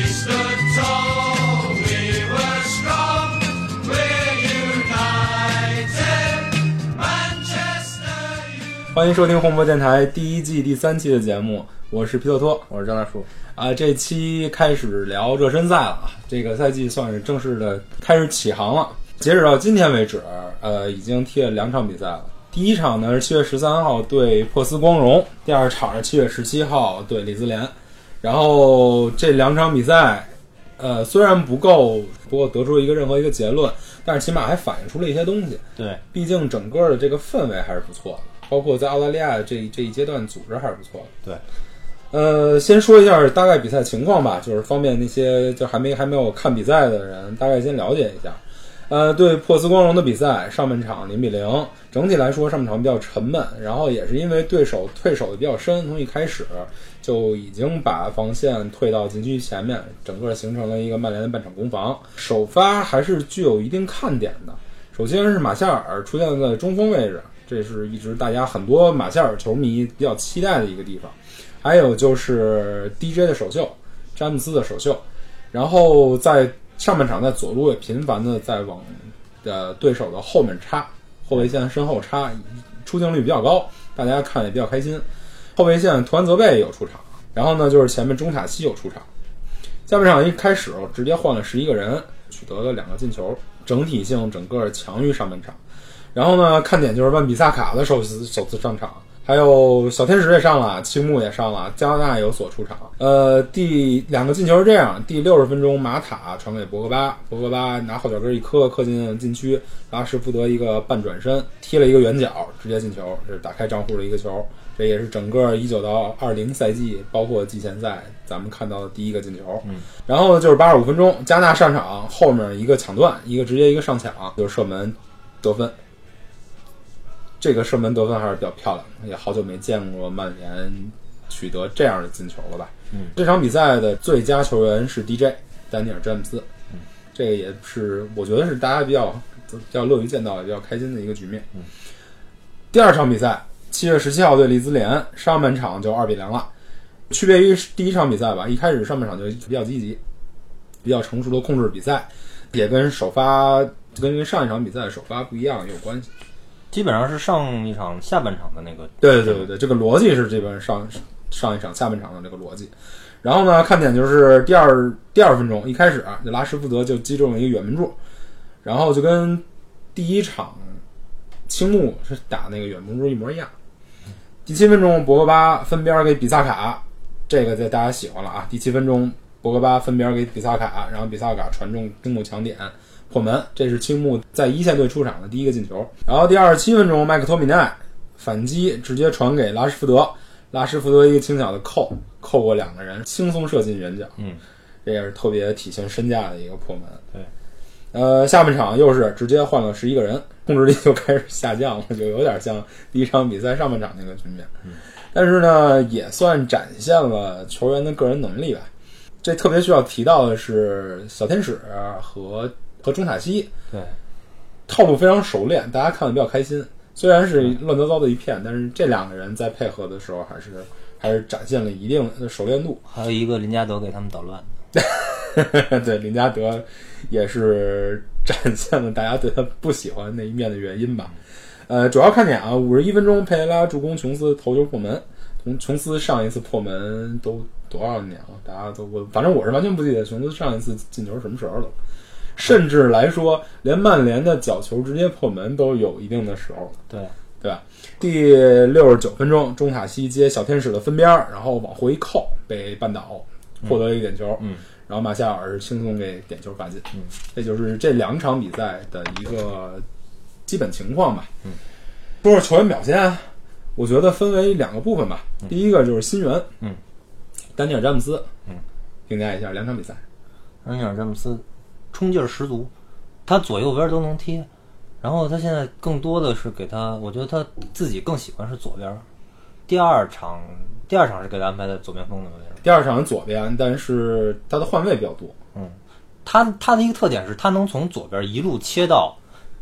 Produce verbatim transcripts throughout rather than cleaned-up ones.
欢迎收听红魔电台第一季第三期的节目，我是皮特托， 我是张大叔。 啊，这期开始聊热身赛了，这个赛季算是正式的开始起航了。截止到今天为止，呃，已经踢了两场比赛了。第一场呢是七月十三号对珀斯光荣，第二场是七月十七号对李兹联。然后这两场比赛，呃，虽然不够，不过得出一个任何一个结论，但是起码还反映出了一些东西。 对， 毕竟整个的这个氛围还是不错的。包括在澳大利亚这这一阶段组织还是不错的。 对， 呃，先说一下大概比赛情况吧，就是方便那些就还没还没有看比赛的人大概先了解一下。呃，对珀斯光荣的比赛，上半场零比零，整体来说上半场比较沉闷，然后也是因为对手退守的比较深，从一开始就已经把防线退到禁区前面，整个形成了一个曼联的半场攻防。首发还是具有一定看点的，首先是马夏尔出现在中锋位置。这是一直大家很多马夏尔球迷比较期待的一个地方。还有就是 D J 的首秀，詹姆斯的首秀，然后在上半场在左路也频繁的在往呃对手的后面插，后卫线身后插，出镜率比较高，大家看也比较开心。后卫线图安泽贝也有出场，然后呢就是前面中塔西有出场。下半场一开始直接换了十一个人，取得了两个进球，整体性整个强于上半场。然后呢，看点就是万比萨卡的首次首次上场，还有小天使也上了，青木也上了，加拿大也有所出场。呃，第两个进球是这样：第六十分钟，马塔传给博格巴，博格巴拿后脚跟一磕，磕进禁区，拉什福德一个半转身踢了一个远角，直接进球，这是打开账户的一个球。这也是整个一九到二零赛季，包括季前赛，咱们看到的第一个进球。嗯，然后就是八十五分钟，加纳上场，后面一个抢断，一个直接一个上抢，就是射门得分。这个射门得分还是比较漂亮的，也好久没见过曼联取得这样的进球了吧。嗯，这场比赛的最佳球员是 D J 丹尼尔詹姆斯。嗯，这个也是我觉得是大家比较比较乐于见到、比较开心的一个局面。嗯，第二场比赛七月十七号对利兹联，上半场就二比零了。区别于第一场比赛吧，一开始上半场就比较积极，比较成熟的控制比赛，也跟首发跟上一场比赛的首发不一样有关系。 基本上是上一场下半场的那个， 对对对对，这个逻辑是基本上上上一场下半场的这个逻辑。然后呢，看点就是第二第二分钟一开始啊，就拉什福德就击中了一个远门柱，然后就跟第一场青木是打那个远门柱一模一样。第七分钟，博格巴分边给比萨卡，这个在大家喜欢了啊。第七分钟，博格巴分边给比萨卡，然后比萨卡传中青木抢点。破门，这是青木在一线队出场的第一个进球。然后第二十七分钟，麦克托米奈反击，直接传给拉什福德，拉什福德一个轻巧的扣，扣过两个人，轻松射进远角。嗯，这也是特别体现身价的一个破门。 对， 呃，下半场又是直接换了十一个人，控制力就开始下降了，就有点像第一场比赛上半场那个局面。嗯，但是呢，也算展现了球员的个人能力吧。这特别需要提到的是小天使和。和中塔西， 对， 套路非常熟练，大家看得比较开心。虽然是乱糟糟的一片，但是这两个人在配合的时候，还是还是展现了一定的熟练度。 还有一个林加德给他们捣乱， 对，林加德也是展现了大家对他不喜欢那一面的原因吧。呃，主要看点啊，五十一分钟，佩雷拉助攻琼斯头球破门。从琼斯上一次破门都多少年了？大家都我反正我是完全不记得琼斯上一次进球什么时候了。甚至来说，连曼联的角球直接破门都有一定的时候， 对对吧？第六十九分钟，中塔西接小天使的分边，然后往回一扣，被绊倒，获得了一个点球。嗯，然后马夏尔轻松给点球罚进。嗯，这就是这两场比赛的一个基本情况吧。嗯，说说球员表现啊，我觉得分为两个部分吧。嗯、第一个就是新援，嗯，丹尼尔詹姆斯，嗯，评价一下两场比赛。 丹尼尔詹姆斯。冲劲儿十足，他左右边都能贴，然后他现在更多的是给他，我觉得他自己更喜欢是左边。第二场，第二场是给他安排在左边锋的位置。 第二场是左边，但是他的换位比较多。 嗯，他他的一个特点是他能从左边一路切到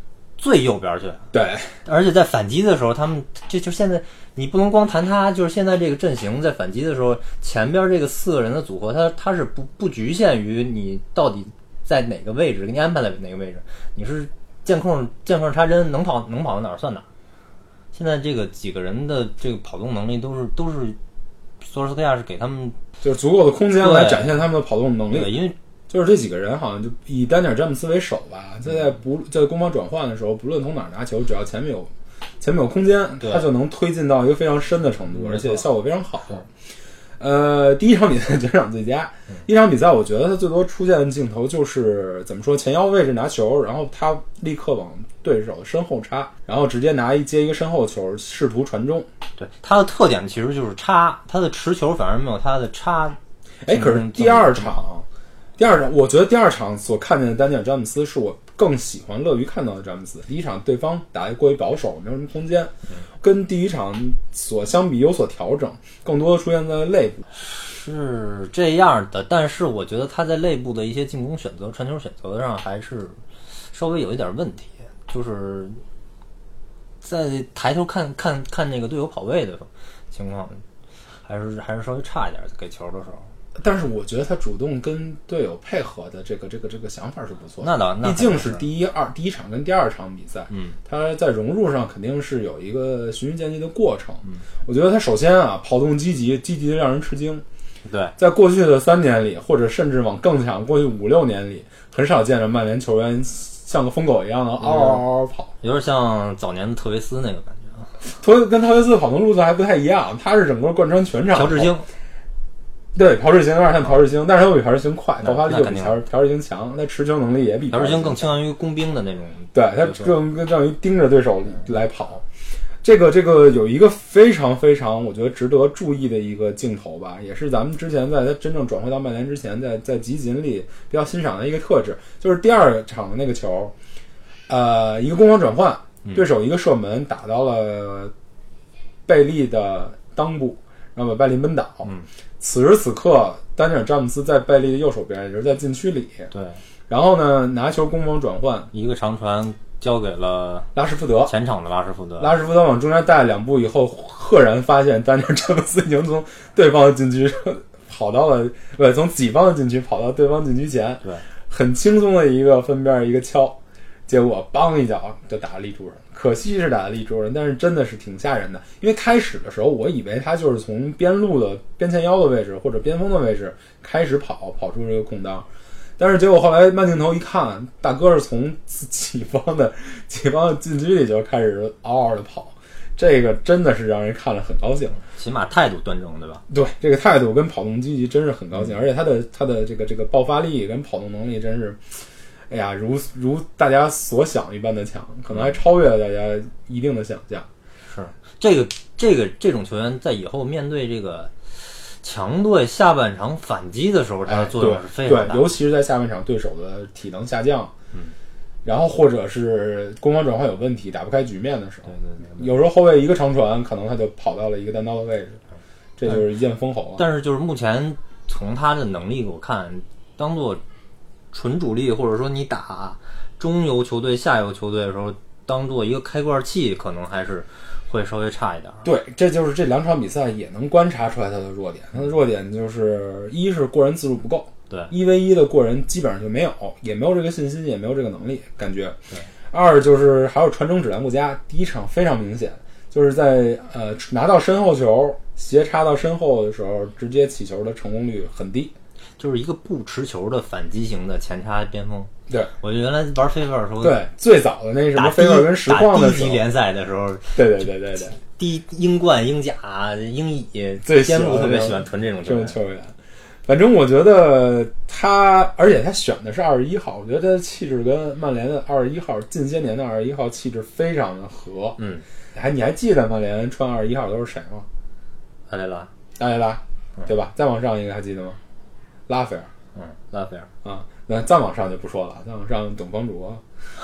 最右边去。 对， 而且在反击的时候，他们就就现在你不能光谈他，就是现在这个阵型在反击的时候，前边这个四个人的组合，他他是不不局限于你到底在哪个位置，给你安排在哪个位置，你是见空见缝插针，能跑能跑到哪儿算哪儿。现在这个几个人的这个跑动能力都是都是索尔斯克亚是给他们就是足够的空间来展现他们的跑动能力。 对，因为就是这几个人好像就以丹尼尔詹姆斯为首吧，在在不在攻防转换的时候，不论从哪儿拿球，只要前面有前面有空间，他就能推进到一个非常深的程度，而且效果非常好。呃，第一场比赛全场最佳。第一场比赛，我觉得他最多出现的镜头就是怎么说，前腰位置拿球，然后他立刻往对手的身后插，然后直接拿一接一个身后球，试图传中。 对，他的特点其实就是插，他的持球反而没有他的插。 哎，可是第二场，第二场，我觉得第二场所看见的丹尼尔詹姆斯是我更喜欢、乐于看到的詹姆斯。第一场对方打得过于保守，没有什么空间，跟第一场所相比有所调整，更多的出现在内部。 是这样的，但是我觉得他在内部的一些进攻选择、传球选择上还是稍微有一点问题，就是在抬头看看看那个队友跑位的情况，还是还是稍微差一点，给球的时候。 但是我觉得他主动跟队友配合的这个这个这个想法是不错的。 那倒，那毕竟是第一二第一场跟第二场比赛， 嗯， 他在融入上肯定是有一个循序渐进的过程。嗯，我觉得他首先啊，跑动积极，积极的让人吃惊。 对， 在过去的三年里，或者甚至往更长过去五六年里，很少见着曼联球员像个疯狗一样的嗷嗷嗷嗷跑， 有点像早年的特维斯那个感觉啊。 特跟特维斯跑动路子还不太一样，他是整个贯穿全场。 朴智星。 对，朴智星有点像朴智星，但是他比朴智星快，爆发力就比朴朴智星强，他持球能力也比朴智星更倾向于工兵的那种。 对，他更更向于盯着对手来跑。这个这个有一个非常非常我觉得值得注意的一个镜头吧，也是咱们之前在他真正转会到曼联之前，在在集锦里比较欣赏的一个特质，就是第二场的那个球，呃，一个攻防转换，对手一个射门打到了贝利的裆部，然后把贝利闷倒。 嗯，此时此刻，丹尼尔詹姆斯在贝利的右手边，也就是在禁区里。 对， 然后呢，拿球攻防转换， 一个长传交给了拉什福德， 前场的拉什福德。 拉什福德往中间带两步以后，赫然发现丹尼尔詹姆斯已经从对方的禁区跑到了，不对，从己方的禁区跑到对方禁区前。 对， 很轻松的一个分边一个敲，结果邦一脚就打立柱人。可惜是打立柱人，但是真的是挺吓人的。因为开始的时候，我以为他就是从边路的边前腰的位置或者边锋的位置开始跑，跑出这个空当。但是结果后来慢镜头一看，大哥是从己方的己方的禁区里就开始嗷嗷的跑，这个真的是让人看了很高兴。 起码态度端正，对吧？ 对，这个态度跟跑动积极真是很高兴，而且他的他的这个这个爆发力跟跑动能力真是，哎呀，如如大家所想一般的强，可能还超越了大家一定的想象。 是这个这个这种球员在以后面对这个强队下半场反击的时候，它的作用是非常大的、 哎、对, 对，尤其是在下半场对手的体能下降， 嗯， 然后或者是攻防转换有问题，打不开局面的时候， 对对 对, 对， 有时候后卫一个长传，可能他就跑到了一个单刀的位置，这就是一剑封喉了。 但是就是目前从他的能力我看，当做纯主力，或者说你打中游球队、下游球队的时候，当做一个开罐器，可能还是会稍微差一点。 对，这就是这两场比赛也能观察出来他的弱点。他的弱点就是一是过人次数不够， 对， 一 v 一的过人基本上就没有，也没有这个信心，也没有这个能力，感觉。 对。 二就是还有传中质量不佳，第一场非常明显，就是在呃拿到身后球斜插到身后的时候，直接起球的成功率很低， 就是一个不持球的反击型的前插边锋。 对， 我原来玩飞菲尔的时候， 对最早的那什么飞菲尔跟实况的时候， 打低级联赛的时候， 对对对对对， 低英冠、英甲、英乙， 最边路特别喜欢囤这种这种球员。反正我觉得他，而且他选的是二十一号，我觉得他的气质跟曼联的二十一号近些年的二十一号气质非常的合。 嗯， 还你还记得曼联穿二十一号都是谁吗？ 阿雷拉， 阿雷拉，对吧？再往上一个还记得吗？拉斐尔。 嗯，拉斐尔啊，那再往上就不说了，再往上董方卓，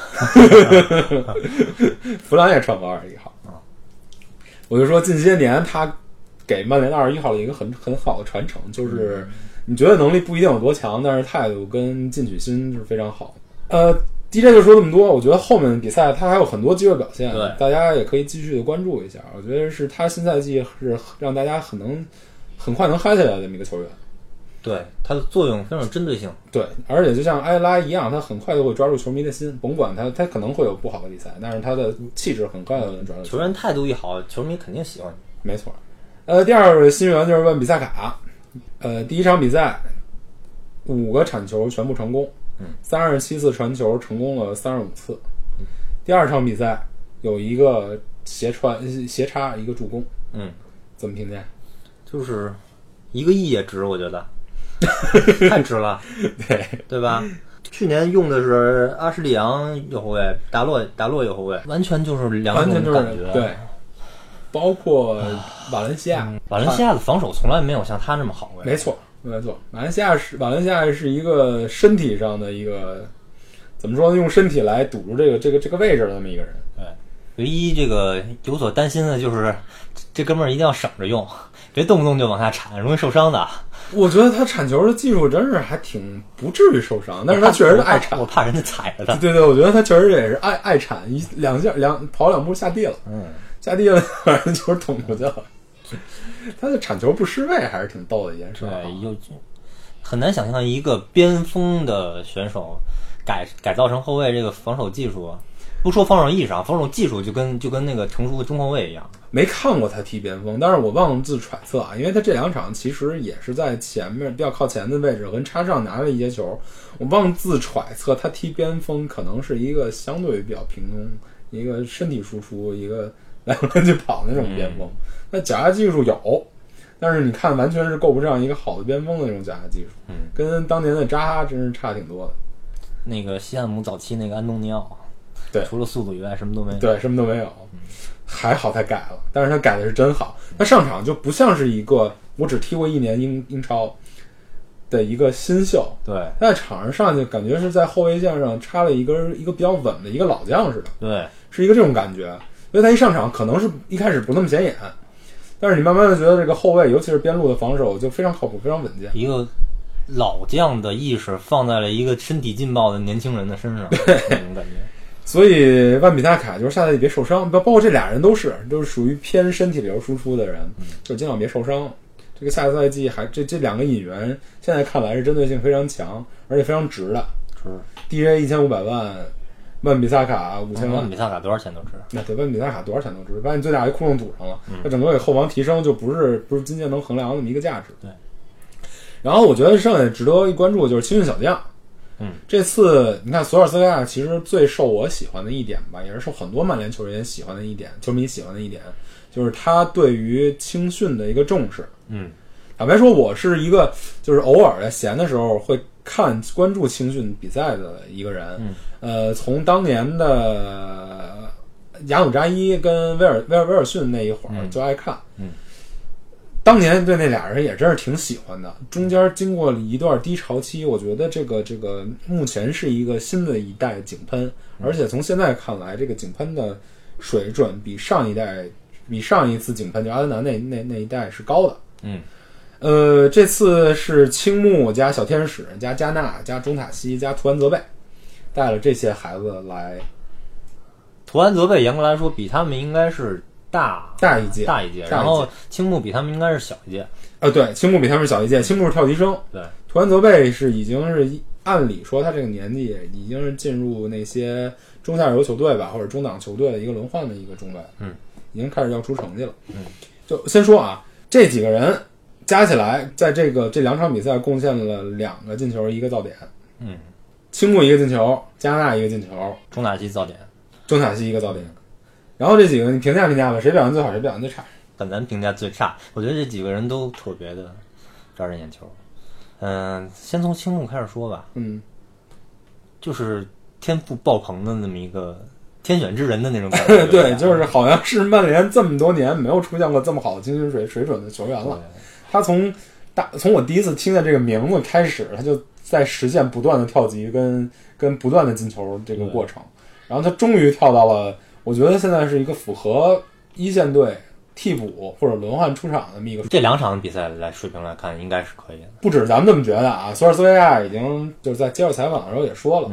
弗兰也穿过二十一号啊。我就说近些年他给曼联的二十一号的一个很很好的传承，就是你觉得能力不一定有多强，但是态度跟进取心是非常好的。呃， D J 就说这么多，我觉得后面比赛他还有很多机会表现， 对， 大家也可以继续的关注一下。我觉得是他新赛季是让大家很能很快能嗨起来的这么一个球员。 对，他的作用非常有针对性。 对，而且就像埃拉一样，他很快就会抓住球迷的心，甭管他他可能会有不好的比赛，但是他的气质很快就能抓住。 球员态度一好，球迷肯定喜欢你。 没错。呃，第二个新援就是万比萨卡，呃，第一场比赛五个铲球全部成功， 嗯， 三十七次传球成功了三十五次。嗯，第二场比赛有一个斜传斜插一个助攻， 嗯， 怎么评价？ 就是一个亿也值，我觉得太值了， 对对吧？去年用的是阿什利杨右后卫，达洛达洛右后卫，完全就是两种感觉。 完全就是对，包括瓦伦西亚、 嗯，瓦伦西亚的防守从来没有像他那么好。 没错，没错，瓦伦西亚是瓦伦西亚是一个身体上的一个怎么说呢？用身体来堵住这个这个这个位置的那么一个人。 对，唯一这个有所担心的就是这哥们儿一定要省着用，别动不动就往下铲，容易受伤的。 我觉得他铲球的技术真是还挺不至于受伤，但是他确实是爱铲， 我怕人家踩着他。 对对，我觉得他确实也是爱爱铲，一两下两跑两步下地了， 嗯， 下地了把人球捅出去了。他的铲球不失位还是挺逗的一件事。 对，有很难想象一个边锋的选手改改造成后卫，这个防守技术，不说防守意义上，防守技术就跟就跟那个成熟的中后卫一样。 没看过他踢边锋，但是我妄自揣测啊，因为他这两场其实也是在前面比较靠前的位置跟插上拿了一些球，我妄自揣测他踢边锋可能是一个相对于比较平庸，一个身体输出，一个来回来去跑那种边锋。嗯、那脚下技术有，但是你看完全是够不上一个好的边锋的那种脚下技术， 嗯， 跟当年的扎哈真是差挺多的。 那个西汉姆早期那个安东尼奥， 对， 除了速度以外什么都没有， 对，什么都没有。嗯，还好他改了，但是他改的是真好。他上场就不像是一个我只踢过一年英英超的一个新秀， 对， 他在场上上去感觉是在后卫线上插了一根一个比较稳的一个老将似的， 对， 是一个这种感觉。所以他一上场可能是一开始不那么显眼，但是你慢慢的觉得这个后卫，尤其是边路的防守就非常靠谱，非常稳健。 一个老将的意识放在了一个身体劲爆的年轻人的身上， 对， 那种感觉。 所以万比萨卡就是下赛季别受伤，包包括这俩人都是，都是属于偏身体流输出的人，就是尽量别受伤。这个下赛季还这这两个引援，现在看来是针对性非常强，而且非常值的。 是 D J 一千五百万，万比萨卡五千万， 万比萨卡多少钱都值。 那对，万比萨卡多少钱都值，把你最大一窟窿堵上了，它整个给后防提升就不是不是金钱能衡量的那么一个价值。 对。 然后我觉得剩下值得一关注的就是青训小将。 嗯， 这次你看索尔斯克亚其实最受我喜欢的一点吧，也是受很多曼联球员喜欢的一点，球迷喜欢的一点，就是他对于青训的一个重视。 嗯， 坦白说，我是一个就是偶尔在闲的时候会看关注青训比赛的一个人。 嗯， 呃，从当年的雅努扎伊跟威尔威尔威尔逊那一会儿就爱看。 嗯。嗯， 当年对那俩人也真是挺喜欢的，中间经过了一段低潮期，我觉得这个这个目前是一个新的一代井喷，而且从现在看来，这个井喷的水准比上一代，比上一次井喷就阿德南那那那一代是高的。 嗯， 呃，这次是青木加小天使加加纳加中塔西加图安泽贝，带了这些孩子来。 图安泽贝严格来说比他们应该是。大大一届， 大一届，然后青木比他们应该是小一届。 呃，对，青木比他们小一届，青木是跳级生。 对， 图安泽贝是已经是按理说他这个年纪已经是进入那些中下游球队吧，或者中档球队的一个轮换的一个中卫。 嗯， 已经开始要出成绩了。 嗯， 就先说啊，这几个人加起来，在这个这两场比赛贡献了两个进球，一个造点。 嗯， 青木一个进球，加纳一个进球， 中塔西造点， 中塔西一个造点。然后这几个你评价评价吧，谁表现最好，谁表现最差？ 很难评价最差。我觉得这几个人都特别的招人眼球。嗯、呃，先从青木开始说吧。 嗯， 就是天赋爆棚的那么一个天选之人的那种感觉。 对，就是好像是曼联这么多年没有出现过这么好的青训水水准的球员了。他从大从我第一次听见这个名字开始，他就在实现不断的跳级跟跟不断的进球这个过程，然后他终于跳到了。我觉得现在是一个符合一线队替补或者轮换出场的这么一个。 这两场比赛来水平来看，应该是可以的。 不止咱们这么觉得啊，索尔斯维亚已经就是在接受采访的时候也说了， 嗯，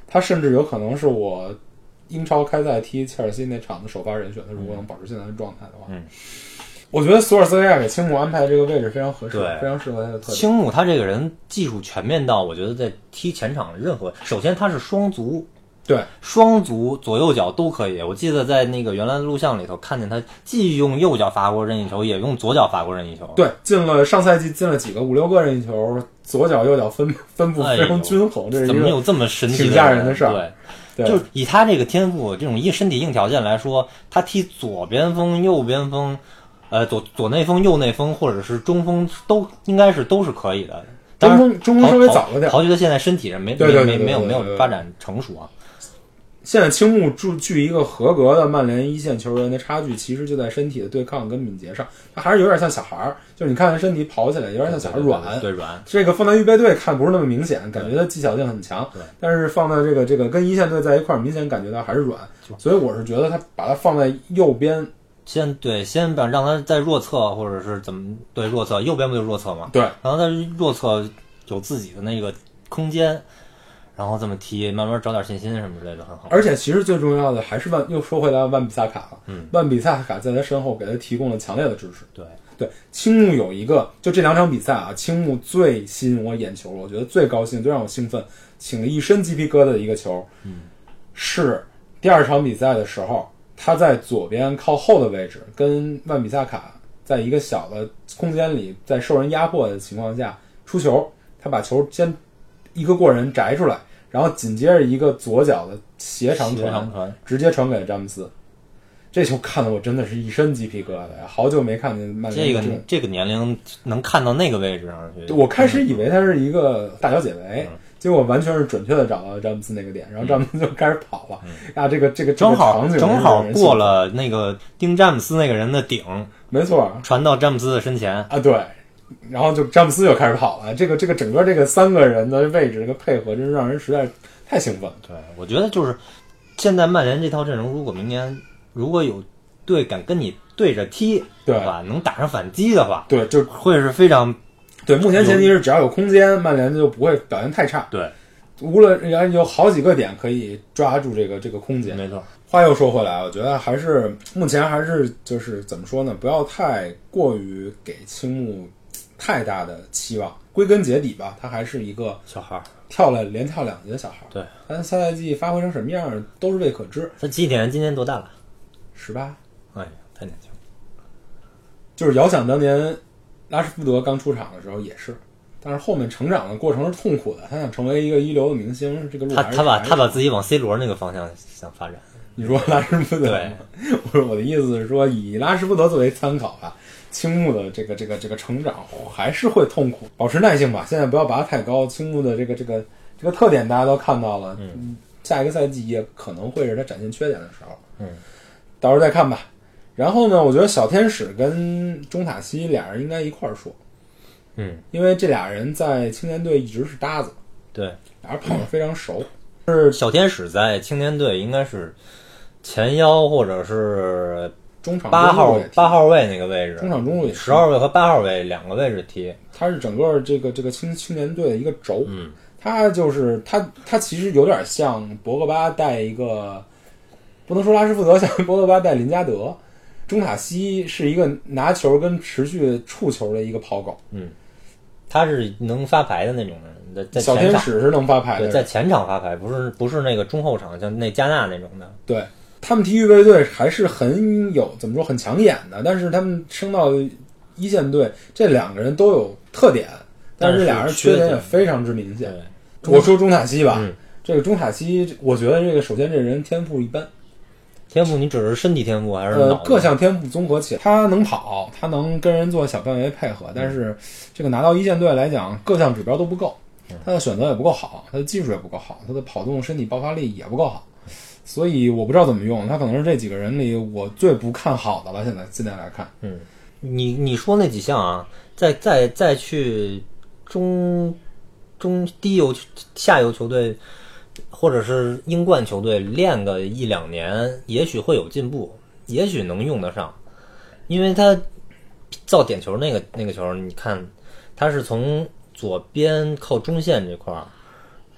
他甚至有可能是我英超开赛踢切尔西那场的首发人选，他如果能保持现在的状态的话， 嗯， 我觉得索尔斯克亚给青木安排这个位置非常合适， 对， 非常适合他的特点。 青木他这个人技术全面到，我觉得在踢前场任何，首先他是双足。 对， 双足左右脚都可以。我记得在那个原来的录像里头看见他既用右脚罚过任意球，也用左脚罚过任意球。 对，进了上赛季进了几个五六个任意球，左脚右脚分分布非常均衡，哎、这是一个怎么有这么神奇的挺吓人的事儿？ 对，对，就是以他这个天赋，这种一身体硬条件来说，他踢左边锋、右边锋，呃，左左内锋、右内锋，或者是中锋，都应该是都是可以的。 中锋中锋稍微早了点， 豪爵的现在身体上没对对对没没有没有发展成熟啊。 现在青木距一个合格的曼联一线球员的差距，其实就在身体的对抗跟敏捷上，他还是有点像小孩儿，就是你看他身体跑起来有点像小孩软， 对软。 这个放在预备队看不是那么明显，感觉他技巧性很强，但是放在这个这个跟一线队在一块儿，明显感觉到还是软，所以我是觉得他把他放在右边， 先对先让让他在弱侧或者是怎么对弱侧，右边不就弱侧吗？ 对， 然后在弱侧有自己的那个空间。然后这么踢，慢慢找点信心什么之类的，很好。 而且其实最重要的还是万，又说回来万比萨卡了。 嗯， 万比萨卡在他身后给他提供了强烈的支持。 对对，青木有一个，就这两场比赛啊，青木最吸引我眼球，我觉得最高兴、最让我兴奋，请了一身鸡皮疙瘩的一个球， 嗯， 是第二场比赛的时候，他在左边靠后的位置，跟万比萨卡在一个小的空间里，在受人压迫的情况下出球，他把球先一个过人摘出来。然后紧接着一个左脚的斜长传，直接传给了詹姆斯。这球看得我真的是一身鸡皮疙瘩呀！好久没看见曼联这个这个年龄能看到那个位置上去。 我开始以为他是一个大小解围，嗯、结果完全是准确的找到詹姆斯那个点，然后詹姆斯就开始跑了。 嗯、 啊，这个这个正好这个正好过了那个盯詹姆斯那个人的顶， 没错， 传到詹姆斯的身前啊，对。然后就詹姆斯就开始跑了，这个这个整个这个三个人的位置这个配合，真是让人实在太兴奋了。 对，我觉得就是现在曼联这套阵容，如果明年如果有队敢跟你对着踢， 对吧？能打上反击的话， 对，就会是非常对。目前前提是只要有空间，曼联就不会表现太差。 对， 无论有好几个点可以抓住这个这个空间。 没错。 话又说回来，我觉得还是目前还是就是怎么说呢？不要太过于给青木太大的期望，归根结底吧，他还是一个小孩， 跳了连跳两级的小孩。 对， 他下赛季发挥成什么样都是未可知。 他几点？今年多大了？ 十八。 哎呀，太年轻了。 就是遥想当年，拉什福德刚出场的时候也是，但是后面成长的过程是痛苦的。他想成为一个一流的明星，这个路他还是他把他把自己往 C 罗那个方向想发展。 你说拉什福德？ 对， 我我的意思是说，以拉什福德作为参考吧。青木的这个这个这个成长还是会痛苦，保持耐性吧。现在不要拔太高。青木的这个这个这个特点大家都看到了， 嗯， 下一个赛季也可能会是他展现缺点的时候， 嗯， 到时候再看吧。然后呢，我觉得小天使跟中塔西俩人应该一块儿说， 嗯， 因为这俩人在青年队一直是搭子， 对， 俩人跑得非常熟。是小天使在青年队应该是前腰或者是。 中场八号八号位那个位置， 中场中路也十号位和八号位两个位置踢， 他是整个这个这个青青年队的一个轴。 嗯， 他就是他他其实有点像博格巴带一个，不能说拉什福德像博格巴带林加德，中塔西是一个拿球跟持续触球的一个跑狗。 嗯，他是能发牌的那种人，在小天使是能发牌的， 对，在前场发牌，不是不是那个中后场像那加纳那种的， 对。他们踢预备队还是很有怎么说很抢眼的，但是他们升到一线队，这两个人都有特点，但是这俩人缺点也非常之明显。我说中塔西吧， 嗯、 这个中塔西，我觉得这个首先这人天赋一般， 天赋你只是身体天赋还是呃各项天赋综合起来，他能跑，他能跟人做小范围配合，但是这个拿到一线队来讲，各项指标都不够，他的选择也不够好，他的技术也不够好，他的跑动身体爆发力也不够好。所以我不知道怎么用，他可能是这几个人里我最不看好的了。现在现在来看， 嗯，你你说那几项啊，再再再去中中低游下游球队或者是英冠球队练个一两年，也许会有进步，也许能用得上，因为他造点球那个那个球，你看他是从左边靠中线这块儿。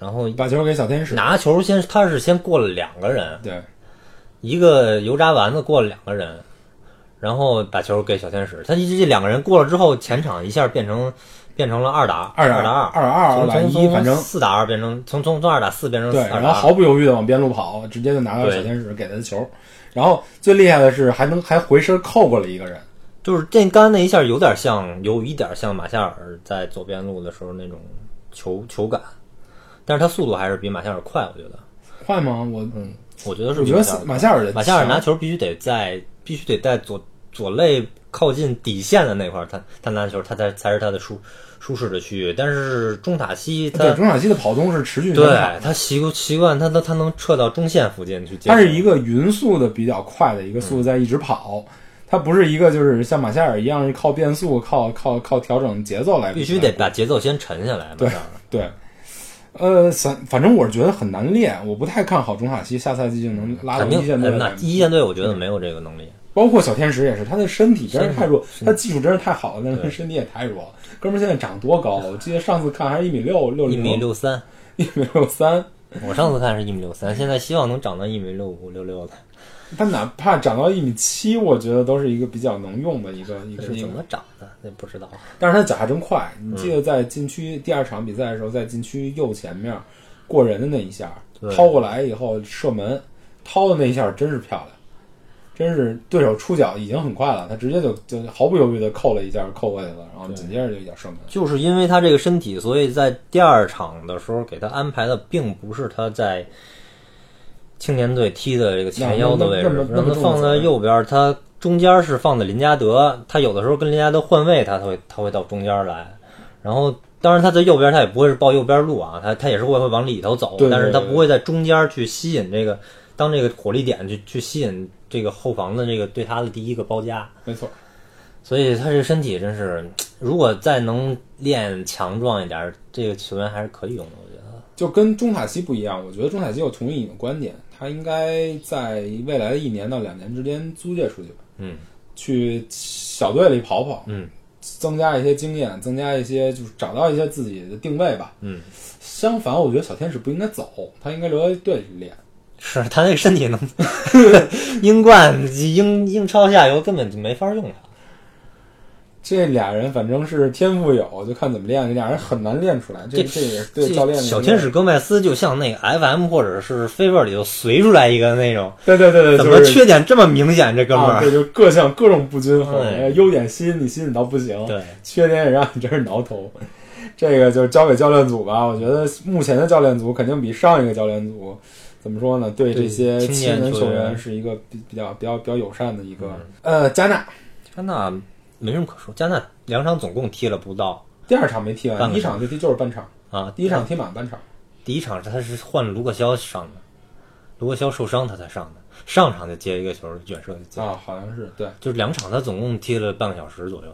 然后把球给小天使， 拿球先他是先过了两个人， 对， 一个油炸丸子过了两个人，然后把球给小天使。他这两个人过了之后，前场一下变成变成了二打二打二， 二打二，二打一，反正四打二变成从从从二打四变成对，然后毫不犹豫的往边路跑，直接就拿到小天使给他的球。然后最厉害的是还能还回身扣过了一个人。 就是这刚才那一下有点像，有一点像马夏尔在左边路的时候那种球球感，但是他速度还是比马夏尔快，我觉得。 快吗？我嗯，我觉得是。 我觉得马夏尔的马夏尔拿球必须得在必须得在左左肋靠近底线的那块，他他拿球他才才是他的舒舒适的区域。但是中塔西他对中塔西的跑动是持续对他习惯习惯他他他能撤到中线附近去接。 他是一个匀速的比较快的一个速度在一直跑。嗯，它不是一个就是像马夏尔一样是靠变速、靠靠靠调整节奏来， 必须得把节奏先沉下来。 对对，呃，反反正我是觉得很难练，我不太看好中塔西下赛季就能拉到一线队。 那一线队我觉得没有这个能力。 包括小天使也是，他的身体真是太弱，他技术真是太好了，但是他身体也太弱了。哥们儿现在长多高？我记得上次看还是一米六六零， 一米六三， 一米六三。 我上次看是一米六三，现在希望能长到一米六五六六的。 他哪怕长到一米七，我觉得都是一个比较能用的一个一个。 是怎么长的？那不知道。 但是他脚下真快，你记得在禁区第二场比赛的时候，在禁区右前面过人的那一下，掏过来以后射门，掏的那一下真是漂亮，真是对手出脚已经很快了，他直接就就毫不犹豫的扣了一下，扣过去了，然后紧接着就一脚射门。 就是因为他这个身体，所以在第二场的时候给他安排的并不是他在青年队踢的这个前腰的位置，让他放在右边，他中间是放的林加德，他有的时候跟林加德换位，他他会他会到中间来，然后当然他在右边他也不会是报右边路啊，他他也是会会往里头走， 对对对， 但是他不会在中间去吸引这个当这个火力点去去吸引这个后防的这个对他的第一个包夹， 没错。 所以他这个身体真是，如果再能练强壮一点，这个球员还是可以用的，我觉得。 就跟中塔西不一样，我觉得中塔西我同意你的观点，他应该在未来的一年到两年之间租借出去， 嗯， 去小队里跑跑， 嗯， 增加一些经验，增加一些就是找到一些自己的定位吧， 嗯。 相反，我觉得小天使不应该走，他应该留在队里练。 是他那个身体能，英冠、英英超下游根本就没法用他。 这俩人反正是天赋有，就看怎么练。这俩人很难练出来，这这也是对教练的。 小天使戈麦斯就像那个 F M 或者是飞味里头随出来一个那种。 对对对对， 怎么缺点这么明显？这哥们儿、 啊，对，就各项各种不均衡。哎、优点吸引你吸引到不行， 对， 缺点也让你真是挠头。这个就交给教练组吧。我觉得目前的教练组肯定比上一个教练组怎么说呢？对这些青年球员是一个比比较比较比较友善的一个。嗯、呃，加纳， 加纳。没什么可说，加纳两场总共踢了不到， 第二场没踢完，第一场就踢就是半场啊， 第一场踢满半场。 第一场他是换了卢克肖上的，卢克肖受伤他才上的，上场就接一个球远射就接啊，好像是对， 就是两场他总共踢了半个小时左右。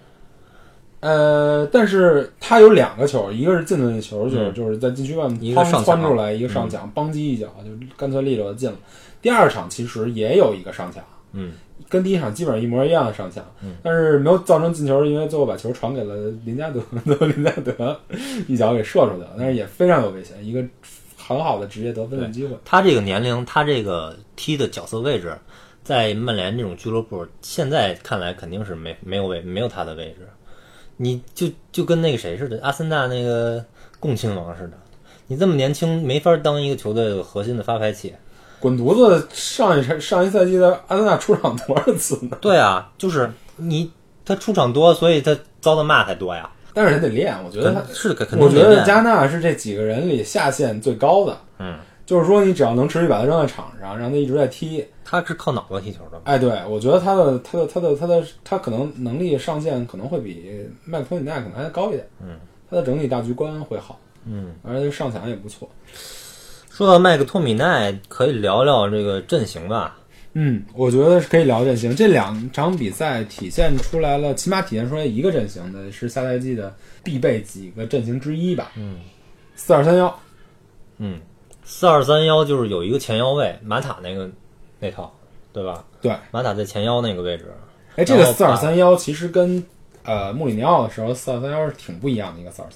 呃，但是他有两个球，一个是进的那球，就是、 嗯、 就是在禁区外面一个上窜出来，一个上抢，邦击一脚就干脆利落的进了。第二场其实也有一个上抢， 嗯。 跟第一场基本上一模一样的上抢， 嗯， 但是没有造成进球，因为最后把球传给了林加德，最后林加德一脚给射出去了，但是也非常有危险，一个很好的职业得分的机会。 他这个年龄，他这个踢的角色位置，在曼联这种俱乐部，现在看来肯定是没没有位没有他的位置。你就就跟那个谁似的，阿森纳那个共亲王似的，你这么年轻，没法当一个球队核心的发牌器。 滚犊子！上一上一赛季的阿森纳出场多少次呢？ 对啊，就是你他出场多，所以他遭的骂才多呀。 但是人得练，我觉得他是肯定。 我觉得加纳是这几个人里下限最高的。 嗯， 就是说你只要能持续把他扔在场上，让他一直在踢， 他是靠脑子踢球的。 哎，对，我觉得他的他的他的他的他可能能力上限可能会比麦克托米奈可能还高一点。 嗯， 他的整体大局观会好。 嗯， 而且上抢也不错。 说到麦克托米奈，可以聊聊这个阵型吧。 嗯，我觉得是可以聊阵型。这两场比赛体现出来了，起码体现出来一个阵型的是下赛季的必备几个阵型之一吧。 嗯， 四二三幺。 嗯，四二三幺就是有一个前腰位，马塔那个那套，对吧？ 对， 马塔在前腰那个位置。 哎，这个四二三幺其实跟呃穆里尼奥的时候四二三幺是挺不一样的一个四二三幺。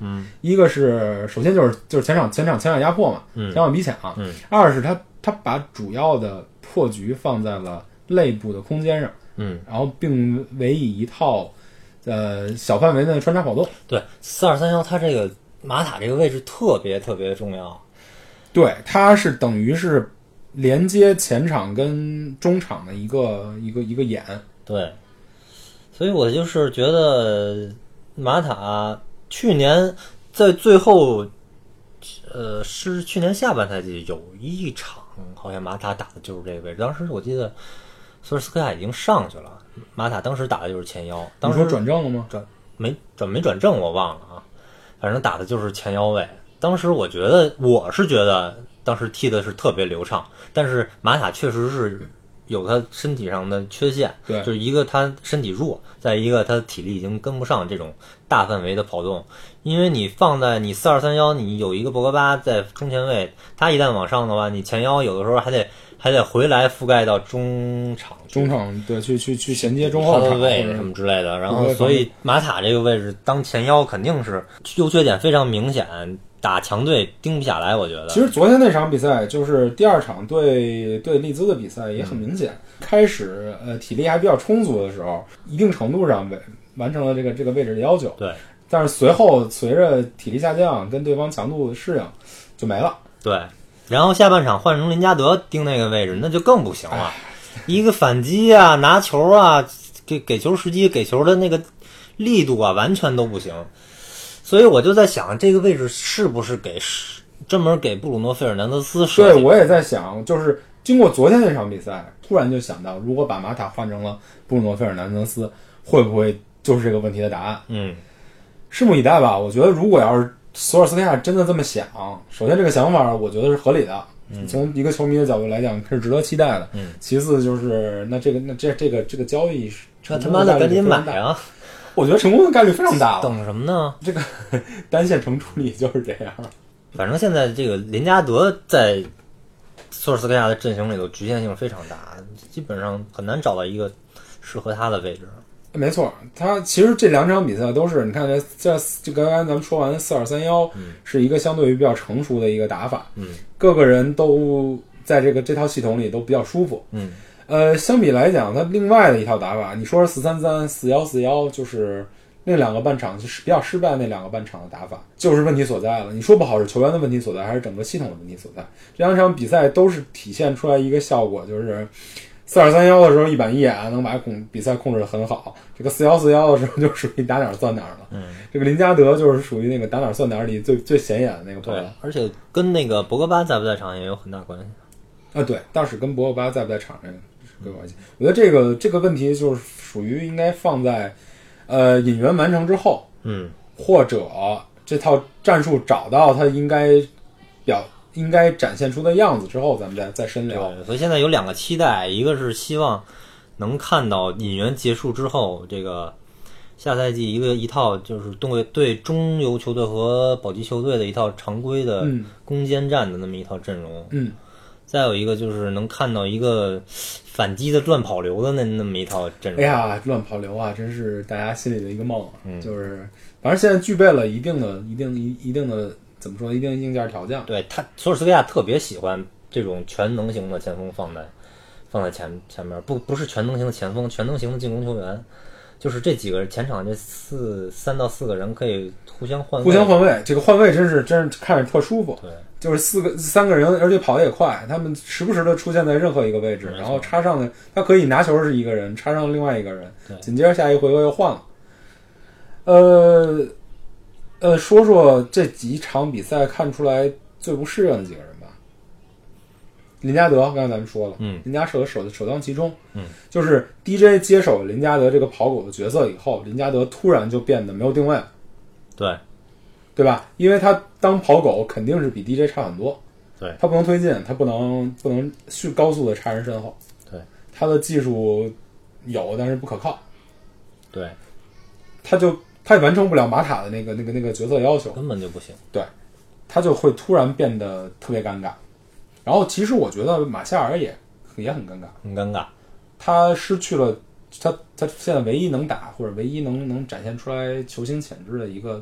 嗯， 一个是首先就是就是前场前场前场压迫嘛， 嗯， 前场逼抢， 嗯， 二是他他把主要的破局放在了内部的空间上， 嗯， 然后并委以一套呃小范围的穿插跑动。 对，四二三幺它这个马塔这个位置特别特别重要。 对，它是等于是连接前场跟中场的一个一个一个眼。 对，所以我就是觉得马塔去年在最后，呃，是去年下半赛季有一场，好像马塔打的就是这个位置。当时我记得索尔斯克亚已经上去了，马塔当时打的就是前腰。当时你说转正了吗？ 转没转没转正我忘了啊，反正打的就是前腰位。当时我觉得我是觉得当时踢的是特别流畅，但是马塔确实是有他身体上的缺陷， 对， 就是一个他身体弱，再一个他体力已经跟不上这种大范围的跑动。因为你放在你四二三幺，你有一个博格巴在中前卫，他一旦往上的话，你前腰有的时候还得还得回来覆盖到中场， 中场对，去去去衔接中后场位什么之类的。然后所以马塔这个位置当前腰肯定是优缺点非常明显。打强队盯不下来，我觉得。 其实昨天那场比赛就是第二场对对利兹的比赛也很明显，嗯、开始呃体力还比较充足的时候，一定程度上完成了这个这个位置的要求。 对。 但是随后随着体力下降，跟对方强度的适应就没了。 对。然后下半场换成林加德盯那个位置，那就更不行了。一个反击啊，拿球啊，给给球时机，给球的那个力度啊，完全都不行。所以我就在想，这个位置是不是给专门给布鲁诺·费尔南德斯设计？ 对，我也在想，就是经过昨天那场比赛，突然就想到，如果把马塔换成了布鲁诺·费尔南德斯，会不会就是这个问题的答案？ 嗯， 拭目以待吧。我觉得，如果要是索尔斯克亚真的这么想，首先这个想法，我觉得是合理的。 嗯、 从一个球迷的角度来讲，是值得期待的。 嗯， 其次就是那这个那这这个这个交易， 那他妈的赶紧买啊！ 我觉得成功的概率非常大了。 等什么呢？ 这个单线程处理就是这样。 反正现在这个林加德在索尔斯克亚的阵型里头局限性非常大，基本上很难找到一个适合他的位置。 没错，他其实这两场比赛都是，你看这这刚刚咱们说完四二三幺，是一个相对于比较成熟的一个打法， 嗯， 各个人都在这个这套系统里都比较舒服， 嗯。 呃，相比来讲，它另外的一套打法，你说是四三三、四幺四幺，就是那两个半场就是比较失败那两个半场的打法，就是问题所在了。你说不好是球员的问题所在，还是整个系统的问题所在？这两场比赛都是体现出来一个效果，就是四二三幺的时候一板一眼能把控比赛控制得很好，这个四幺四幺的时候就属于打哪儿算哪儿了。 嗯， 这个林加德就是属于那个打哪儿算哪儿里最最显眼的那个朋友。 对，而且跟那个博格巴在不在场也有很大关系。 啊，对，倒是跟博格巴在不在场上有关系。我觉得这个这个问题就是属于应该放在，呃，引援完成之后， 嗯， 或者这套战术找到它应该表应该展现出的样子之后，咱们再再深聊。 对，所以现在有两个期待，一个是希望能看到引援结束之后，这个下赛季一个一套就是对对中游球队和保级球队的一套常规的攻坚战的那么一套阵容。 嗯。 再有一个就是能看到一个反击的乱跑流的那那么一套阵容。 哎呀，乱跑流啊，真是大家心里的一个梦。 嗯， 就是反正现在具备了一定的、一定、一一定的怎么说，一定硬件条件。 对他，索尔斯克亚特别喜欢这种全能型的前锋放在放在前前面，不不是全能型的前锋，全能型的进攻球员。就是这几个前场这四三到四个人可以互相换位， 互相换位，这个换位真是真是看着特舒服。 对， 就是四个三个人，而且跑得也快，他们时不时的出现在任何一个位置，然后插上的他可以拿球是一个人，插上另外一个人，紧接着下一回合又换了。呃呃，说说这几场比赛看出来最不适应的几个人吧。林加德，刚才咱们说了， 嗯， 林加德首首当其冲， 嗯， 就是 D J 接手林加德这个跑狗的角色以后，林加德突然就变得没有定位， 对， 对吧？因为他当跑狗肯定是比 D J 差很多， 对， 他不能推进，他不能不能去高速的插人身后， 对， 他的技术有，但是不可靠， 对， 他就他也完成不了马塔的那个那个那个角色要求， 根本就不行， 对，他就会突然变得特别尴尬。然后其实我觉得马夏尔也也很尴尬， 很尴尬， 他失去了他他现在唯一能打或者唯一能能展现出来球星潜质的一个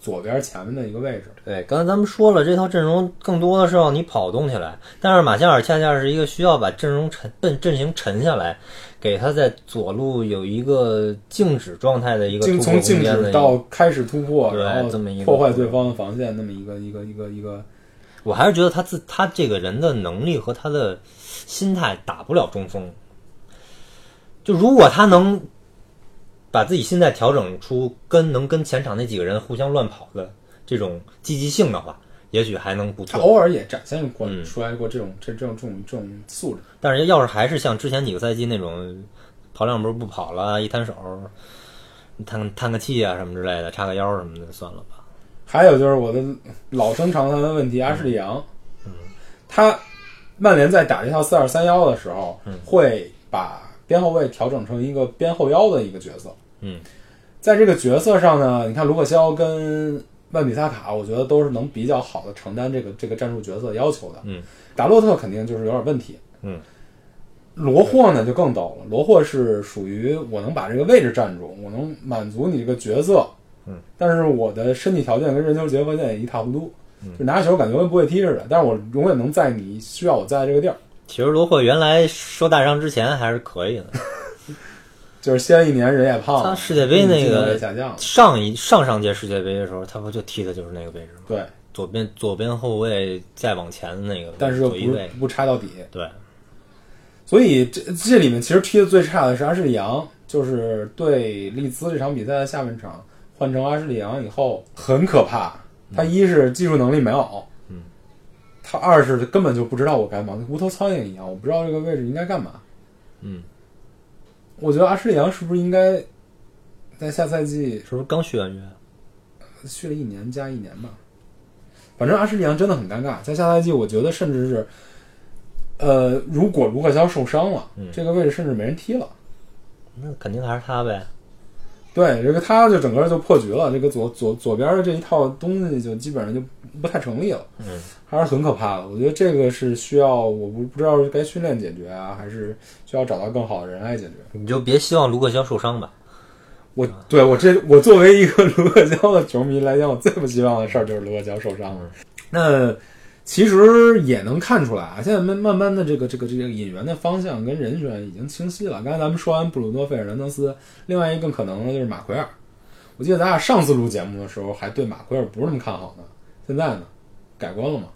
左边前面的一个位置。 对，刚才咱们说了，这套阵容更多的是让你跑动起来，但是马夏尔恰恰是一个需要把阵容沉阵阵型沉下来，给他在左路有一个静止状态的一个突破从静止到开始突破， 对， 然后这么一个破坏对方的防线，那么一个一个一个一个。 我还是觉得他自他这个人的能力和他的心态打不了中锋。就如果他能把自己心态调整出跟能跟前场那几个人互相乱跑的这种积极性的话，也许还能不错。 他偶尔也展现过、 嗯、 出来过这种这这种这种这种素质。 但是要是还是像之前几个赛季那种跑两步不跑了，一摊手叹叹个气啊什么之类的，叉个腰什么的，算了吧。 还有就是我的老生常谈的问题，阿什利杨， 嗯， 他曼联在打这套四二三一的时候， 嗯， 会把边后卫调整成一个边后腰的一个角色， 嗯， 在这个角色上呢，你看卢克肖跟万比萨卡，我觉得都是能比较好的承担这个这个战术角色要求的， 嗯， 达洛特肯定就是有点问题， 嗯， 罗霍呢就更逗了，罗霍是属于我能把这个位置站住，我能满足你这个角色。 嗯， 但是我的身体条件跟人球结合现在也一塌糊涂， 嗯， 就拿球感觉跟不会踢似的，但是我永远能在你需要我在这个地儿。 其实罗霍原来受大伤之前还是可以的， 就是先一年人也胖了， 他世界杯那个下降上一上上届世界杯的时候，他不就踢的就是那个位置吗？ 对， 左边左边后卫再往前的那个， 但是又不不插到底。 对， 所以这这里面其实踢的最差的是阿什利杨，就是对利兹这场比赛的下半场。换成阿什利杨以后很可怕，他一是技术能力没有， 嗯， 他二是根本就不知道我该忙，无头苍蝇一样，我不知道这个位置应该干嘛。 嗯， 我觉得阿什利杨是不是应该在下赛季是不是刚续完约？ 续了一年加一年吧。反正阿什利杨真的很尴尬，在下赛季我觉得甚至是，呃，如果卢克肖受伤了， 嗯， 这个位置甚至没人踢了。 那肯定还是他呗。 对，这个他就整个就破局了，这个左左左边的这一套东西就基本上就不太成立了， 嗯， 还是很可怕的。我觉得这个是需要，我不不知道是该训练解决啊，还是需要找到更好的人来解决。 你就别希望卢克肖受伤吧。 我对我这我作为一个卢克肖的球迷来讲，我最不希望的事儿就是卢克肖受伤了。嗯、那其实也能看出来啊，现在慢慢慢的这个这个这个引援的方向跟人选已经清晰了。刚才咱们说完布鲁诺·费尔南德斯，另外一个更可能的就是马奎尔。我记得咱俩上次录节目的时候还对马奎尔不是那么看好呢，现在呢改观了吗？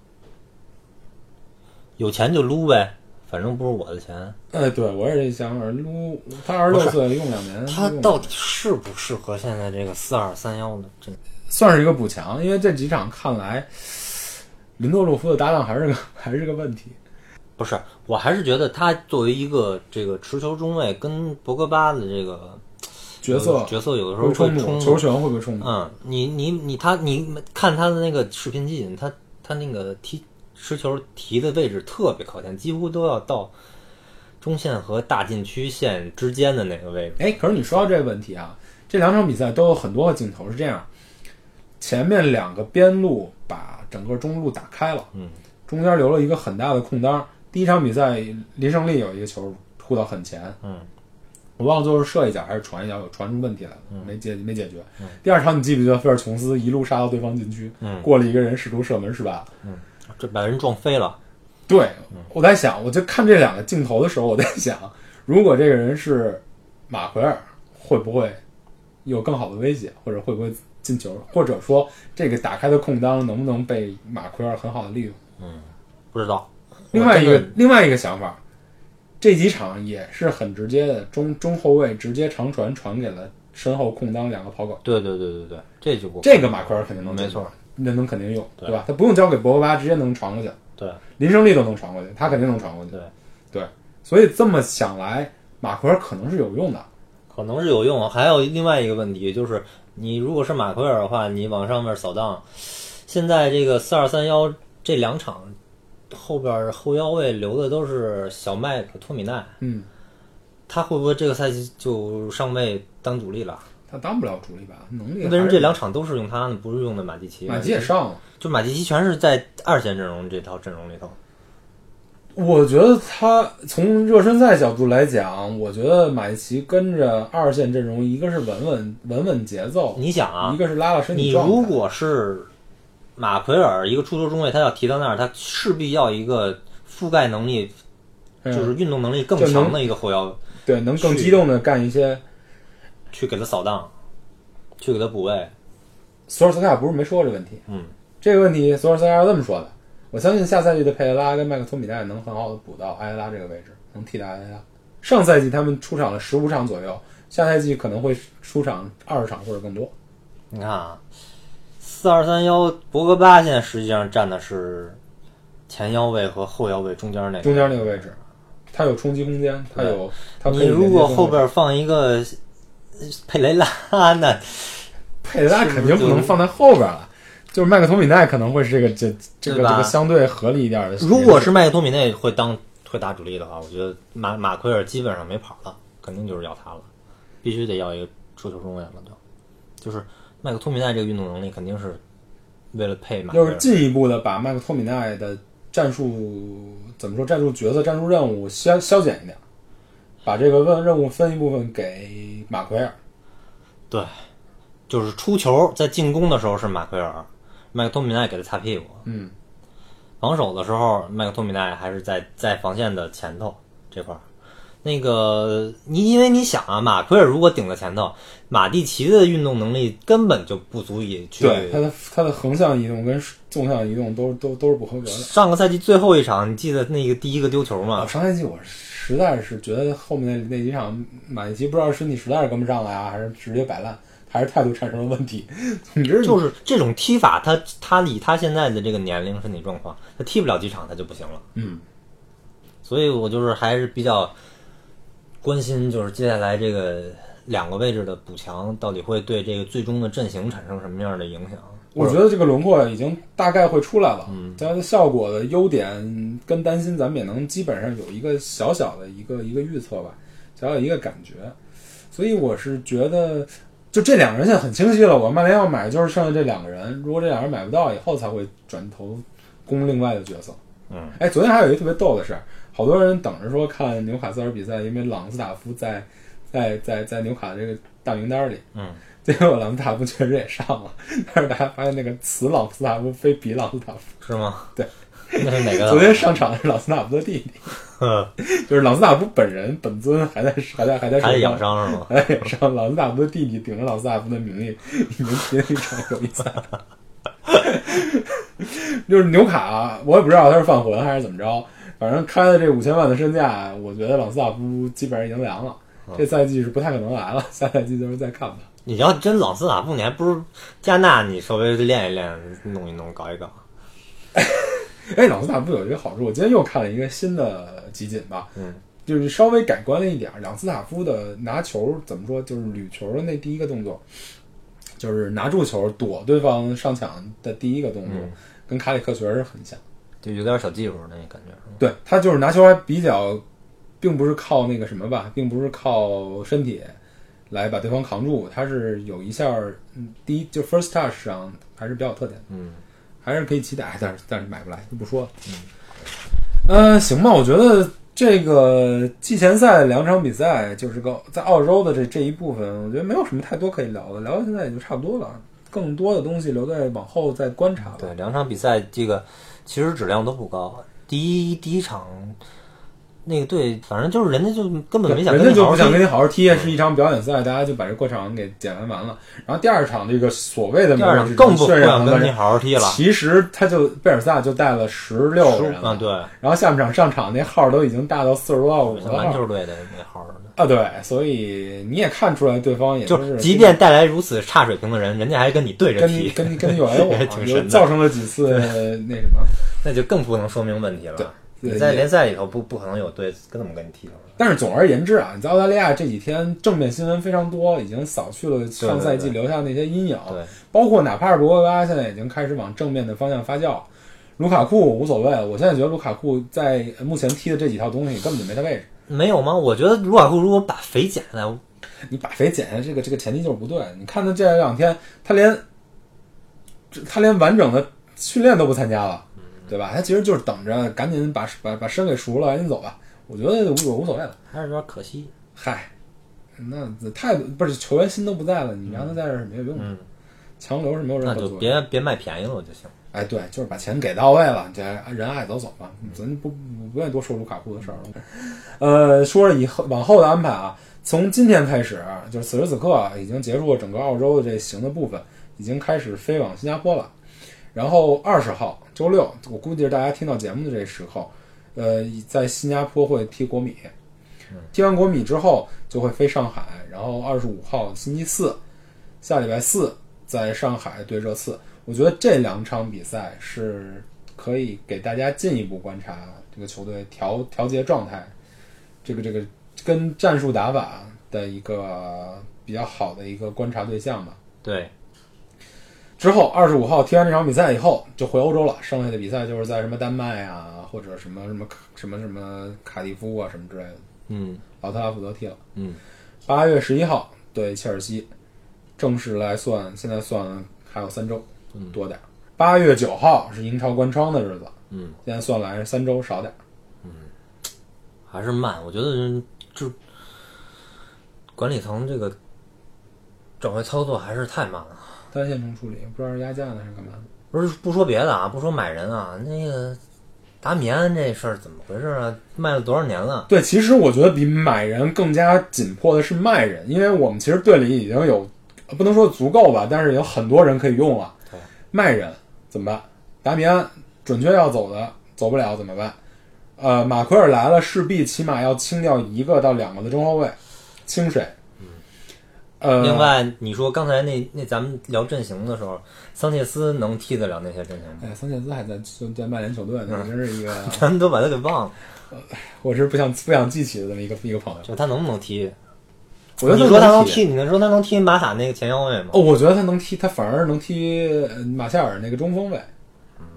有钱就撸呗，反正不是我的钱。 哎，对我也是这想法，撸他二十六岁用两年， 他到底适不适合现在这个四二三幺呢？真算是一个补强，因为这几场看来。林多洛夫的搭档还是个还是个问题， 不是，我还是觉得他作为一个这个持球中卫，跟博格巴的这个角色角色有的时候会冲突，球权会不会冲突？ 嗯，你你你他你看他的那个视频集锦，他他那个踢持球提的位置特别靠前，几乎都要到中线和大禁区线之间的那个位置。 哎，可是你说到这个问题啊，这两场比赛都有很多个镜头是这样，前面两个边路把整个中路打开了， 嗯， 中间留了一个很大的空当。第一场比赛，林胜利有一个球扑到很前， 嗯， 我忘了最后是射一脚还是传一脚，有传出问题来了， 嗯、 没解没解决、 嗯。 第二场你记不记得菲尔琼斯一路杀到对方禁区， 嗯， 过了一个人试图射门失败了， 嗯，这把人撞飞了。 对，我在想，我就看这两个镜头的时候，我在想，如果这个人是马奎尔，会不会有更好的威胁，或者会不会进球，或者说这个打开的空当能不能被马奎尔很好的利用？ 嗯，不知道。 另外一个另外一个想法，这几场也是很直接的，中中后卫直接长传传给了身后空当两个跑狗。 对对对对对，这就这个马奎尔肯定能没错， 那能肯定用，对吧？他不用交给博格巴，直接能传过去。 对， 林胜利都能传过去，他肯定能传过去。 对对，所以这么想来，马奎尔可能是有用的， 可能是有用。还有另外一个问题就是，你如果是马奎尔的话，你往上面扫荡，现在这个四二三幺这两场后边后腰位留的都是小麦克托米奈， 嗯， 他会不会这个赛季就上位当主力了？ 他当不了主力吧，能力。 为什么这两场都是用他呢？不是用的马蒂奇？ 马基也上了， 就马蒂奇全是在二线阵容这套阵容里头。 我觉得他从热身赛角度来讲，我觉得马蒂奇跟着二线阵容，一个是稳稳稳稳节奏， 你想啊， 一个是拉拉身体状态。 你如果是马奎尔一个出球中卫，他要提到那儿，他势必要一个覆盖能力， 嗯、 就是运动能力更强的一个后腰， 对，能更机动的干一些， 去给他扫荡，去给他补位。 索尔斯克亚不是没说过这个问题， 嗯， 这个问题索尔斯克亚是这么说的。我相信下赛季的佩雷拉跟麦克托米奈能很好的补到埃雷拉这个位置，能替代埃雷拉。上赛季他们出场了十五场左右，下赛季可能会出场二十场或者更多。 你看啊，四二三幺博格巴现在实际上站的是前腰位和后腰位中间那个中间那个位置，他有冲击空间，他有他可以。 你如果后边放一个佩雷拉，那佩雷拉肯定不能放在后边了。就是麦克托米奈可能会是这个这这个这个相对合理一点的。 如果是麦克托米奈会当会打主力的话，我觉得马马奎尔基本上没跑了，肯定就是要他了，必须得要一个出球中卫了。就就是麦克托米奈这个运动能力肯定是为了配马奎尔， 就是进一步的把麦克托米奈的战术怎么说战术角色战术任务消消减一点，把这个问任务分一部分给马奎尔。 对，就是出球在进攻的时候是马奎尔。麦克托米奈给他擦屁股， 嗯， 防守的时候，麦克托米奈还是在在防线的前头这块儿。那个你因为你想啊，马奎尔如果顶在前头，马蒂奇的运动能力根本就不足以去。 对，他的他的横向移动跟纵向移动都都都是不合格的。 上个赛季最后一场，你记得那个第一个丢球吗？ 哦、上赛季我实在是觉得后面那那几场马蒂奇不知道身体实在是跟不上了呀，还是直接摆烂。还是态度产生了问题，总之就是这种踢法，他他以他现在的这个年龄、身体状况，他踢不了几场他就不行了。 嗯， 所以我就是还是比较关心，就是接下来这个两个位置的补强到底会对这个最终的阵型产生什么样的影响。 我觉得这个轮廓已经大概会出来了， 嗯， 它的效果的优点跟担心，咱们也能基本上有一个小小的一个一个预测吧，小小一个感觉。所以我是觉得。就这两个人现在很清晰了，我曼联要买就是剩下这两个人，如果这两个人买不到以后才会转头攻另外的角色。 嗯， 哎，昨天还有一个特别逗的事，好多人等着说看纽卡斯尔比赛，因为朗斯塔夫在在在在纽卡的这个大名单里， 嗯， 结果朗斯塔夫确实也上了，但是大家发现那个此朗斯塔夫非彼朗斯塔夫， 是吗？ 对， 那是哪个？ 昨天上场的是朗斯塔夫的弟弟。就是朗斯塔夫本人本尊还在还在还在还在养伤是吗？ 还在养伤。朗斯塔夫的弟弟顶着朗斯塔夫的名义已经踢了一场友谊赛。就是纽卡，我也不知道他是犯浑还是怎么着，反正开了这五千万的身价，我觉得朗斯塔夫基本上已经凉了。这赛季是不太可能来了，下赛季就是再看吧。 你要真朗斯塔夫，你还不如加纳，你稍微练一练，弄一弄，搞一搞。 哎，朗斯塔夫有一个好处，我今天又看了一个新的集锦吧， 嗯， 就是稍微改观了一点。朗斯塔夫的拿球怎么说，就是捋球的那第一个动作，就是拿住球躲对方上抢的第一个动作， 嗯、 跟卡里克确实很像， 就有点小技术那感觉。 对，他就是拿球还比较，并不是靠那个什么吧，并不是靠身体来把对方扛住，他是有一下，嗯，第一就 first touch 上还是比较有特点， 嗯。 还是可以期待，但是但是买不来就不说了。嗯，呃，行吧，我觉得这个季前赛两场比赛就是个在澳洲的这这一部分，我觉得没有什么太多可以聊的，聊到现在也就差不多了。更多的东西留在往后再观察吧。 对，两场比赛这个其实质量都不高。第一第一场。那个队，反正就是人家就根本没想跟你好好踢， 人家就不想跟你好好踢，是一场表演赛，大家就把这过场给剪完完了。然后第二场这个所谓的第二场更不想跟你好好踢了。 其实他就贝尔萨就带了十六个人了， 啊对。 然后下半场上场那号都已经大到四十多到五十号， 篮球队的那号啊对，所以你也看出来对方也就是即便带来如此差水平的人，人家还跟你对着踢， 跟你跟你有来往， 挺神的， 造成了几次那什么， 那就更不能说明问题了。 对。 你在联赛里头不不可能有队跟怎么跟你踢了。 但是总而言之啊，你在澳大利亚这几天正面新闻非常多，已经扫去了上赛季留下那些阴影。 对， 包括哪怕是博格巴现在已经开始往正面的方向发酵，卢卡库无所谓。我现在觉得卢卡库在目前踢的这几套东西根本就没他位置。 没有吗？我觉得卢卡库如果把肥减下来， 你把肥减下来，这个这个前提就是不对。你看他这两天，他连他连完整的训练都不参加了。 对吧？他其实就是等着赶紧把把把身给赎了，赶紧走吧。我觉得我无所谓了， 还是有点可惜。 嗨，那态度不是球员心都不在了，你让他在这儿是没有用的。 嗯， 强留是没有任何作用。 那就别别卖便宜了就行。 哎，对，就是把钱给到位了，这人爱走走吧，咱不不愿意多说卢卡库的事儿了。呃，说以后往后的安排啊，从今天开始，就是此时此刻已经结束了整个澳洲的这行的部分，已经开始飞往新加坡了。然后二十号周六，我估计是大家听到节目的这时候，呃，在新加坡会踢国米，踢完国米之后就会飞上海，然后二十五号星期四，下礼拜四在上海对热刺。我觉得这两场比赛是可以给大家进一步观察这个球队调调节状态，这个这个跟战术打法的一个比较好的一个观察对象吧。 对。 之后二十五号踢完这场比赛以后就回欧洲了，剩下的比赛就是在什么丹麦啊，或者什么什么什么什么卡迪夫啊什么之类的。 嗯， 老特拉福德踢了。 嗯， 八月十一号对切尔西，正式来算，现在算还有三周多点。八月九号是英超关窗的日子。 嗯， 现在算来是三周少点。 嗯，还是慢。我觉得就管理层这个转会操作还是太慢了。 单线程处理，不知道是压价呢还是干嘛？ 不是不说别的啊，不说买人啊，那个达米安这事儿怎么回事啊？卖了多少年了？ 对，其实我觉得比买人更加紧迫的是卖人，因为我们其实队里已经有不能说足够吧，但是有很多人可以用了。 对， 卖人怎么办？达米安准确要走的走不了怎么办？呃，马奎尔来了，势必起码要清掉一个到两个的中后卫，清谁？呃， 另外，你说刚才那那咱们聊阵型的时候，桑切斯能踢得了那些阵型吗？ 哎，桑切斯还在在曼联球队呢，真是一个， 咱们都把他给忘了。 我是不想不想记起的这么一个一个朋友。 就他能不能踢？ 我觉得你说他能踢，你能说他能踢马塔那个前腰位吗？ 哦，我觉得他能踢，他反而能踢马夏尔那个中锋位。 嗯，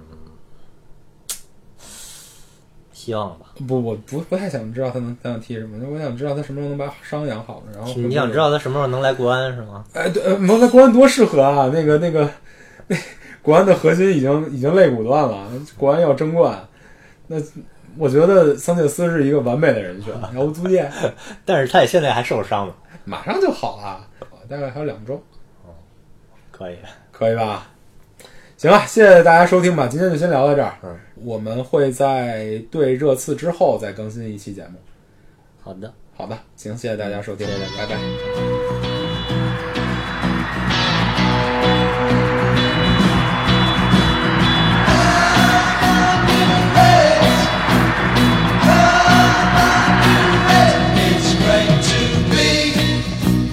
希望吧。 不，我不不太想知道他能他想踢什么，我想知道他什么时候能把伤养好了。然后你想知道他什么时候能来国安是吗？ 哎，对，蒙在国安多适合啊！那个那个，那国安的核心已经已经肋骨断了，国安要争冠，那我觉得桑切斯是一个完美的人选，要不租借。 但是他也现在还受伤了， 马上就好了，大概还有两周。 哦，可以， 可以吧？行了，谢谢大家收听吧，今天就先聊到这儿。 嗯，我们会在对热刺之后再更新一期节目。 好的， 好的，行，谢谢大家收听， 谢谢大家， 拜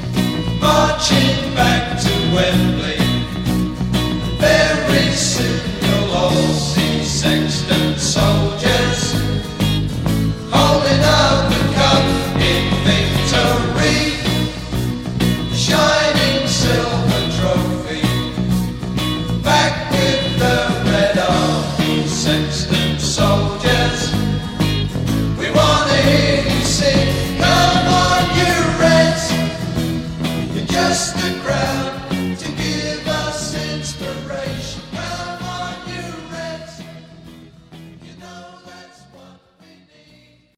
拜。Marching back to Wembley very soon.